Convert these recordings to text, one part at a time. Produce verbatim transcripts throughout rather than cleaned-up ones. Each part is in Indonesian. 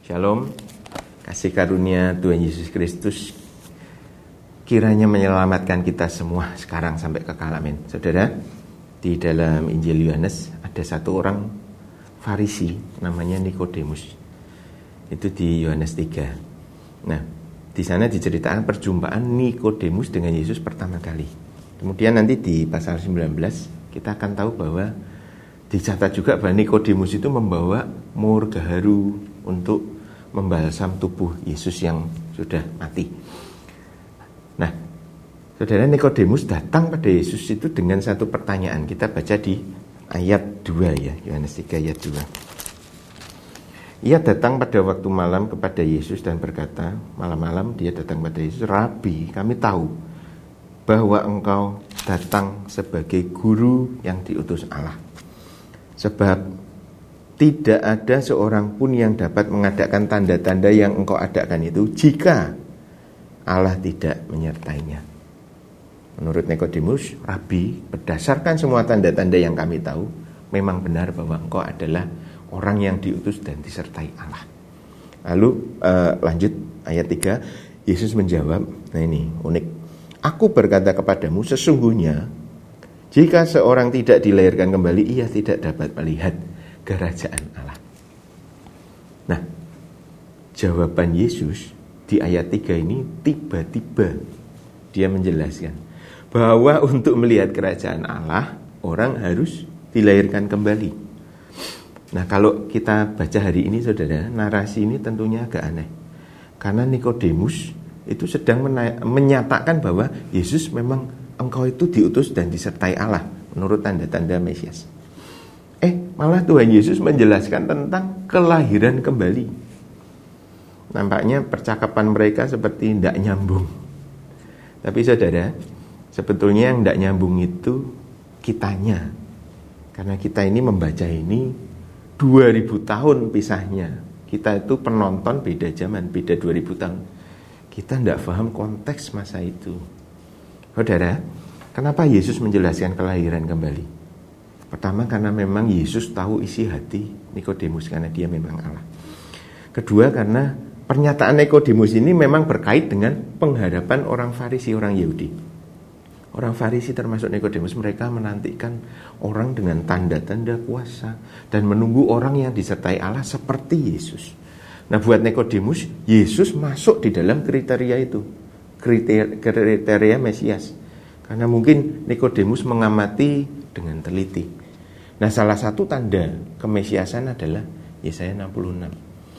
Shalom, kasih karunia Tuhan Yesus Kristus kiranya menyelamatkan kita semua sekarang sampai kekal, amin. Saudara, di dalam Injil Yohanes ada satu orang Farisi namanya Nikodemus. Itu di Yohanes tiga. Nah, di sana diceritakan perjumpaan Nikodemus dengan Yesus pertama kali. Kemudian nanti di pasal sembilan belas kita akan tahu bahwa dicatat juga bahwa Nikodemus itu membawa murga haru untuk membalsam tubuh Yesus yang sudah mati. Nah, saudara, Nikodemus datang pada Yesus itu dengan satu pertanyaan. Kita baca di ayat dua ya, Yohanes tiga ayat dua. Ia datang pada waktu malam kepada Yesus dan berkata, malam-malam dia datang pada Yesus, Rabi, kami tahu bahwa engkau datang sebagai guru yang diutus Allah. Sebab tidak ada seorang pun yang dapat mengadakan tanda-tanda yang engkau adakan itu jika Allah tidak menyertainya. Menurut Nikodemus, Rabi, berdasarkan semua tanda-tanda yang kami tahu, memang benar bahwa engkau adalah orang yang diutus dan disertai Allah. Lalu uh, lanjut ayat tiga, Yesus menjawab, nah ini unik. Aku berkata kepadamu, sesungguhnya jika seorang tidak dilahirkan kembali, ia tidak dapat melihat kerajaan Allah. Nah, jawaban Yesus di ayat tiga ini tiba-tiba dia menjelaskan bahwa untuk melihat kerajaan Allah, orang harus dilahirkan kembali. Nah, kalau kita baca hari ini, saudara, narasi ini tentunya agak aneh. Karena Nikodemus itu sedang mena- menyatakan bahwa Yesus memang engkau itu diutus dan disertai Allah menurut tanda-tanda Mesias. Eh, malah Tuhan Yesus menjelaskan tentang kelahiran kembali. Nampaknya percakapan mereka seperti tidak nyambung. Tapi saudara, sebetulnya yang tidak nyambung itu kitanya. Karena kita ini membaca ini dua ribu tahun pisahnya. Kita itu penonton beda zaman, beda dua ribu tahun. Kita tidak paham konteks masa itu. Saudara, kenapa Yesus menjelaskan kelahiran kembali? Pertama, karena memang Yesus tahu isi hati Nikodemus, karena dia memang Allah. Kedua, karena pernyataan Nikodemus ini memang berkait dengan pengharapan orang Farisi, orang Yahudi. Orang Farisi termasuk Nikodemus, mereka menantikan orang dengan tanda-tanda kuasa dan menunggu orang yang disertai Allah seperti Yesus. Nah, buat Nikodemus, Yesus masuk di dalam kriteria itu, kriteria, kriteria Mesias. Karena mungkin Nikodemus mengamati dengan teliti. Nah, salah satu tanda kemesiasan adalah Yesaya enam puluh enam.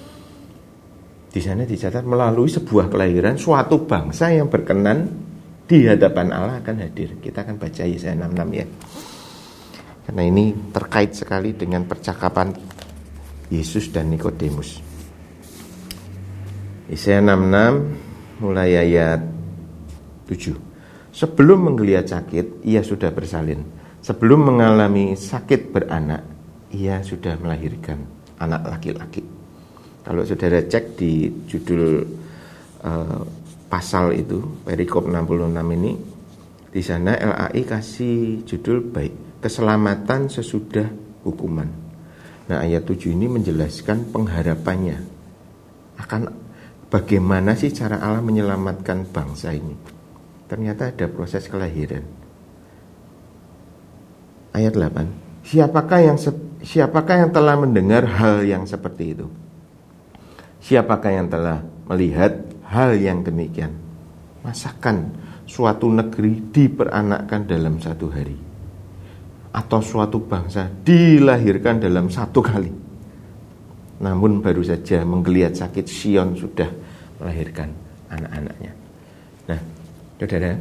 Di sana dicatat melalui sebuah kelahiran suatu bangsa yang berkenan di hadapan Allah akan hadir. Kita akan baca Yesaya enam puluh enam ya. Karena ini terkait sekali dengan percakapan Yesus dan Nikodemus. Yesaya enam puluh enam mulai ayat tujuh. Sebelum menggeliat sakit, ia sudah bersalin. Sebelum mengalami sakit beranak, ia sudah melahirkan anak laki-laki. Kalau saudara cek di judul uh, pasal itu, perikop enam puluh enam ini, di sana L A I kasih judul baik, keselamatan sesudah hukuman. Nah, ayat tujuh ini menjelaskan pengharapannya akan bagaimana sih cara Allah menyelamatkan bangsa ini. Ternyata ada proses kelahiran. Ayat delapan, siapakah yang siapakah yang telah mendengar hal yang seperti itu? Siapakah yang telah melihat hal yang demikian? Masakan suatu negeri diperanakkan dalam satu hari, atau suatu bangsa dilahirkan dalam satu kali? Namun baru saja menggeliat sakit, Sion sudah melahirkan anak-anaknya. Nah, saudara,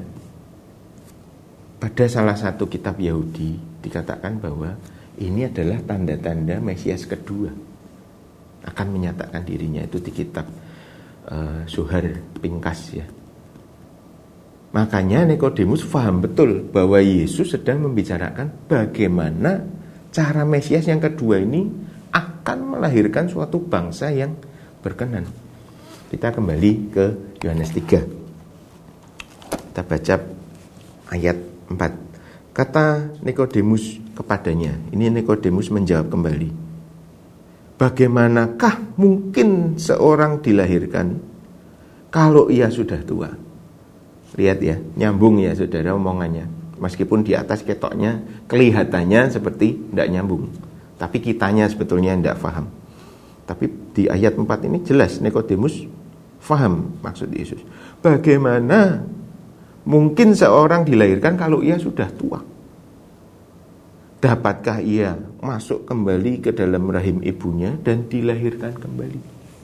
pada salah satu kitab Yahudi dikatakan bahwa ini adalah tanda-tanda Mesias kedua akan menyatakan dirinya, itu di kitab uh, Zohar Pinkas ya. Makanya Nikodemus paham betul bahwa Yesus sedang membicarakan bagaimana cara Mesias yang kedua ini akan melahirkan suatu bangsa yang berkenan. Kita kembali ke Yohanes tiga. Kita baca ayat empat. Kata Nikodemus kepadanya, ini Nikodemus menjawab kembali, bagaimanakah mungkin seorang dilahirkan kalau ia sudah tua? Lihat ya, nyambung ya saudara omongannya. Meskipun di atas ketoknya kelihatannya seperti tidak nyambung, tapi kitanya sebetulnya tidak paham. Tapi di ayat empat ini jelas Nikodemus paham maksud Yesus. Bagaimana mungkin seorang dilahirkan kalau ia sudah tua? Dapatkah ia masuk kembali ke dalam rahim ibunya dan dilahirkan kembali?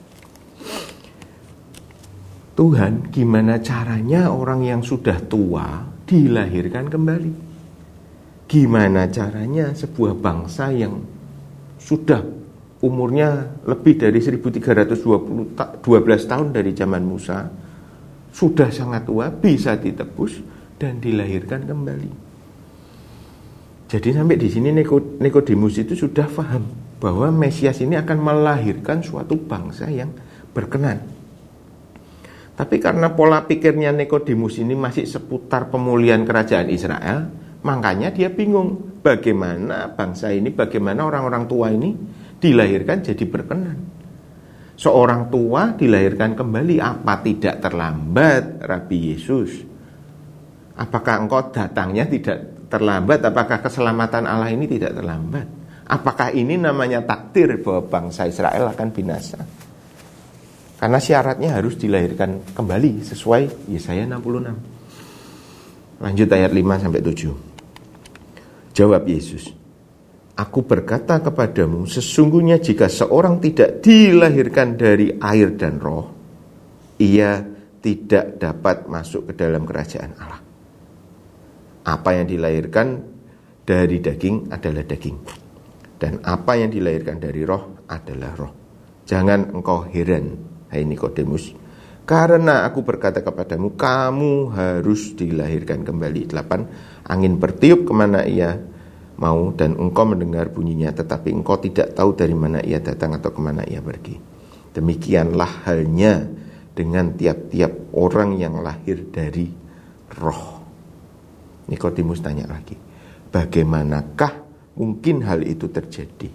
Tuhan, gimana caranya orang yang sudah tua dilahirkan kembali? Gimana caranya sebuah bangsa yang sudah umurnya lebih dari seribu tiga ratus dua belas tahun dari zaman Musa, sudah sangat tua, bisa ditebus dan dilahirkan kembali? Jadi sampai di sini Nikodemus itu sudah paham bahwa Mesias ini akan melahirkan suatu bangsa yang berkenan. Tapi karena pola pikirnya Nikodemus ini masih seputar pemulihan kerajaan Israel, makanya dia bingung bagaimana bangsa ini, bagaimana orang-orang tua ini dilahirkan jadi berkenan. Seorang tua dilahirkan kembali, apa tidak terlambat, Rabi Yesus? Apakah engkau datangnya tidak terlambat? Apakah keselamatan Allah ini tidak terlambat? Apakah ini namanya takdir bahwa bangsa Israel akan binasa? Karena syaratnya harus dilahirkan kembali sesuai Yesaya enam puluh enam. Lanjut ayat lima sampai tujuh. Jawab Yesus, Aku berkata kepadamu, sesungguhnya jika seorang tidak dilahirkan dari air dan roh, ia tidak dapat masuk ke dalam kerajaan Allah. Apa yang dilahirkan dari daging adalah daging, dan apa yang dilahirkan dari roh adalah roh. Jangan engkau heran, hai Nikodemus, karena aku berkata kepadamu, kamu harus dilahirkan kembali. Delapan. Angin bertiup kemana ia mau, dan engkau mendengar bunyinya, tetapi engkau tidak tahu dari mana ia datang atau kemana ia pergi. Demikianlah halnya dengan tiap-tiap orang yang lahir dari roh. Nikodemus tanya lagi, bagaimanakah mungkin hal itu terjadi?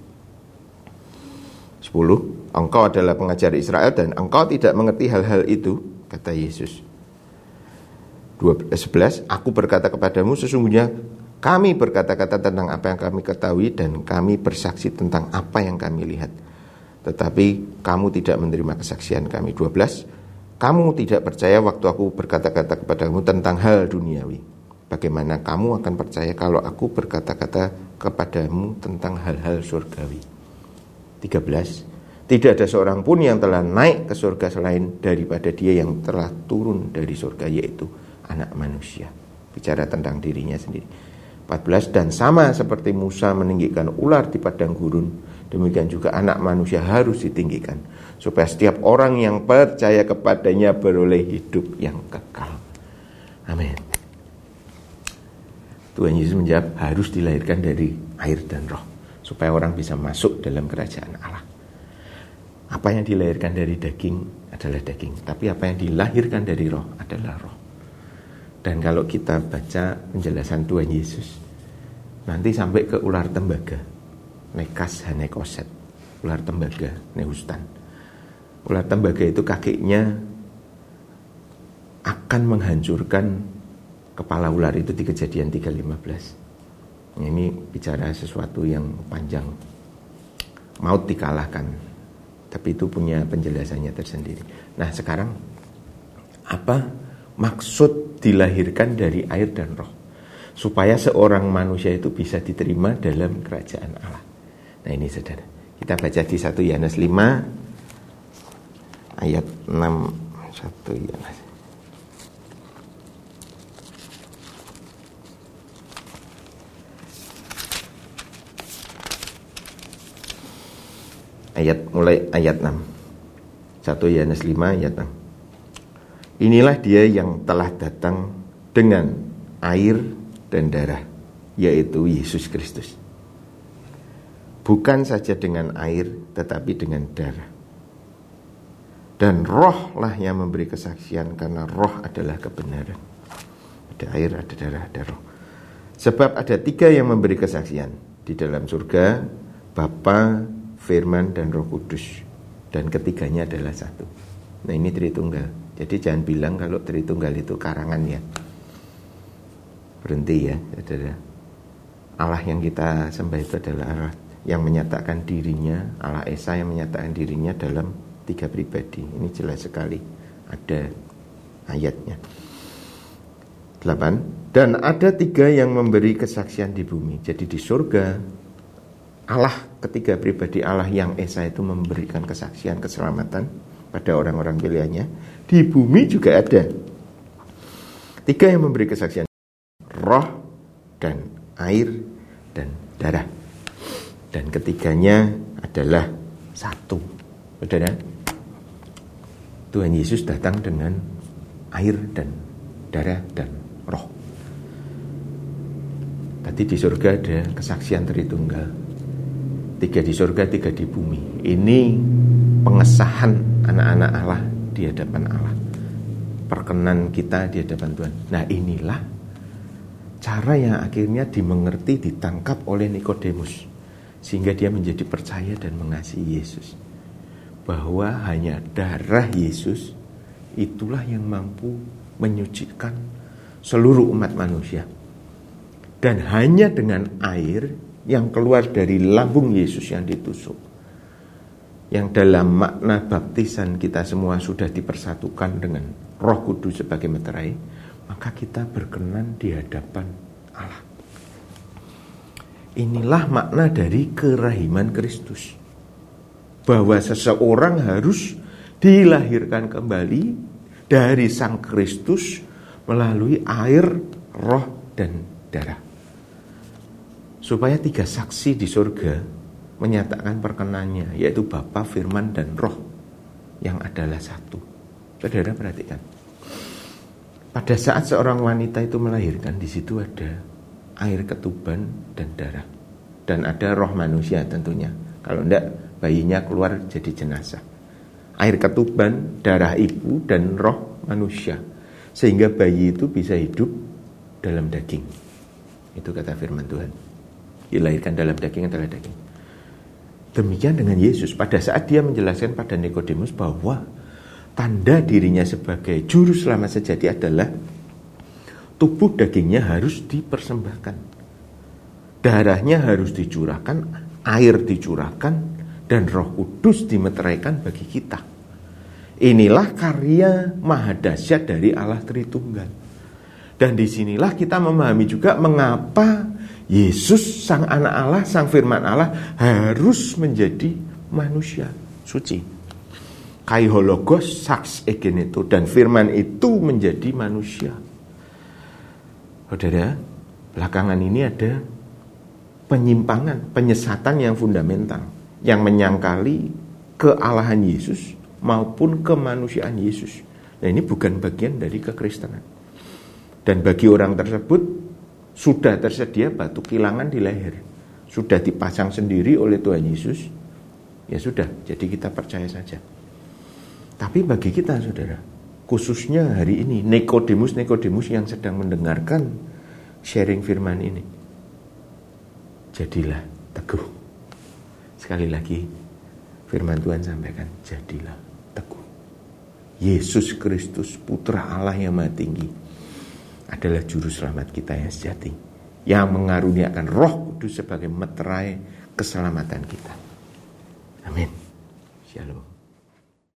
Sepuluh. Engkau adalah pengajar Israel dan engkau tidak mengerti hal-hal itu, kata Yesus. Sebelas. Aku berkata kepadamu, sesungguhnya kami berkata-kata tentang apa yang kami ketahui dan kami bersaksi tentang apa yang kami lihat, tetapi kamu tidak menerima kesaksian kami. Dua belas. Kamu tidak percaya waktu aku berkata-kata kepadamu tentang hal duniawi. Bagaimana kamu akan percaya kalau aku berkata-kata kepadamu tentang hal-hal surgawi? Tiga belas. Tidak ada seorang pun yang telah naik ke surga selain daripada dia yang telah turun dari surga, yaitu anak manusia. Bicara tentang dirinya sendiri. Empat belas. Dan sama seperti Musa meninggikan ular di padang gurun, demikian juga anak manusia harus ditinggikan, supaya setiap orang yang percaya kepadanya beroleh hidup yang kekal. Amin. Tuhan Yesus menjawab, harus dilahirkan dari air dan roh, supaya orang bisa masuk dalam kerajaan Allah. Apa yang dilahirkan dari daging adalah daging, tapi apa yang dilahirkan dari roh adalah roh. Dan kalau kita baca penjelasan Tuhan Yesus, nanti sampai ke ular tembaga, nekas hanekoset, ular tembaga, nehustan. Ular tembaga itu kakinya akan menghancurkan kepala ular itu di Kejadian tiga lima belas. Ini bicara sesuatu yang panjang. Maut dikalahkan, tapi itu punya penjelasannya tersendiri. Nah sekarang, apa maksud dilahirkan dari air dan roh? Supaya seorang manusia itu bisa diterima dalam kerajaan Allah. Nah ini saudara, kita baca di satu Yohanes lima ayat enam. satu Yohanes ayat mulai ayat enam. satu Yohanes lima ayat enam. Inilah dia yang telah datang dengan air dan darah, yaitu Yesus Kristus. Bukan saja dengan air, tetapi dengan darah. Dan rohlah yang memberi kesaksian, karena roh adalah kebenaran. Ada air, ada darah, ada roh. Sebab ada tiga yang memberi kesaksian di dalam surga, Bapa, Firman, dan Roh Kudus. Dan ketiganya adalah satu. Nah, ini Tritunggal. Jadi jangan bilang kalau Tritunggal itu karangan ya. Berhenti ya, saudara. Allah yang kita sembah itu adalah Allah yang menyatakan dirinya, Allah Esa yang menyatakan dirinya dalam tiga pribadi. Ini jelas sekali ada ayatnya. Delapan. Dan ada tiga yang memberi kesaksian di bumi. Jadi di surga Allah, ketiga pribadi Allah yang Esa itu memberikan kesaksian keselamatan pada orang-orang pilihannya. Di bumi juga ada tiga yang memberi kesaksian: roh dan air dan darah. Dan ketiganya adalah satu. Saudara, Tuhan Yesus datang dengan air dan darah dan roh. Tadi di surga ada kesaksian Tritunggal. Tiga di surga, tiga di bumi. Ini pengesahan anak-anak Allah di hadapan Allah. Perkenan kita di hadapan Tuhan. Nah, inilah cara yang akhirnya dimengerti, ditangkap oleh Nikodemus, sehingga dia menjadi percaya dan mengasihi Yesus. Bahwa hanya darah Yesus itulah yang mampu menyucikan seluruh umat manusia. Dan hanya dengan air yang keluar dari lambung Yesus yang ditusuk, yang dalam makna baptisan kita semua sudah dipersatukan dengan Roh Kudus sebagai meterai, maka kita berkenan di hadapan Allah. Inilah makna dari kerahiman Kristus, bahwa seseorang harus dilahirkan kembali dari Sang Kristus melalui air, roh, dan darah. Supaya tiga saksi di surga menyatakan perkenannya, yaitu Bapa, Firman, dan Roh yang adalah satu. Saudara perhatikan, pada saat seorang wanita itu melahirkan, di situ ada air ketuban dan darah, dan ada roh manusia tentunya. Kalau enggak, bayinya keluar jadi jenazah. Air ketuban, darah ibu, dan roh manusia, sehingga bayi itu bisa hidup dalam daging. Itu kata firman Tuhan. Dilahirkan dalam daging adalah daging. Demikian dengan Yesus. Pada saat dia menjelaskan pada Nikodemus bahwa tanda dirinya sebagai juru selamat sejati adalah tubuh dagingnya harus dipersembahkan, darahnya harus dicurahkan, air dicurahkan, dan Roh Kudus dimeteraikan bagi kita. Inilah karya maha dahsyat dari Allah Tritunggal. Dan disinilah kita memahami juga mengapa Yesus, Sang Anak Allah, Sang Firman Allah, harus menjadi manusia suci. Kai hologos sax egeneto, dan firman itu menjadi manusia. Saudara, belakangan ini ada penyimpangan, penyesatan yang fundamental, yang menyangkali kealahan Yesus maupun kemanusiaan Yesus. Nah, ini bukan bagian dari kekristenan. Dan bagi orang tersebut sudah tersedia batu kilangan di leher, sudah dipasang sendiri oleh Tuhan Yesus. Ya sudah, jadi kita percaya saja. Tapi bagi kita, saudara, khususnya hari ini, Nikodemus-Nikodemus yang sedang mendengarkan sharing firman ini, jadilah teguh. Sekali lagi, firman Tuhan sampaikan, jadilah teguh. Yesus Kristus, Putra Allah yang Maha Tinggi, adalah juru selamat kita yang sejati, yang mengaruniakan Roh Kudus sebagai meterai keselamatan kita. Amin. Shalom.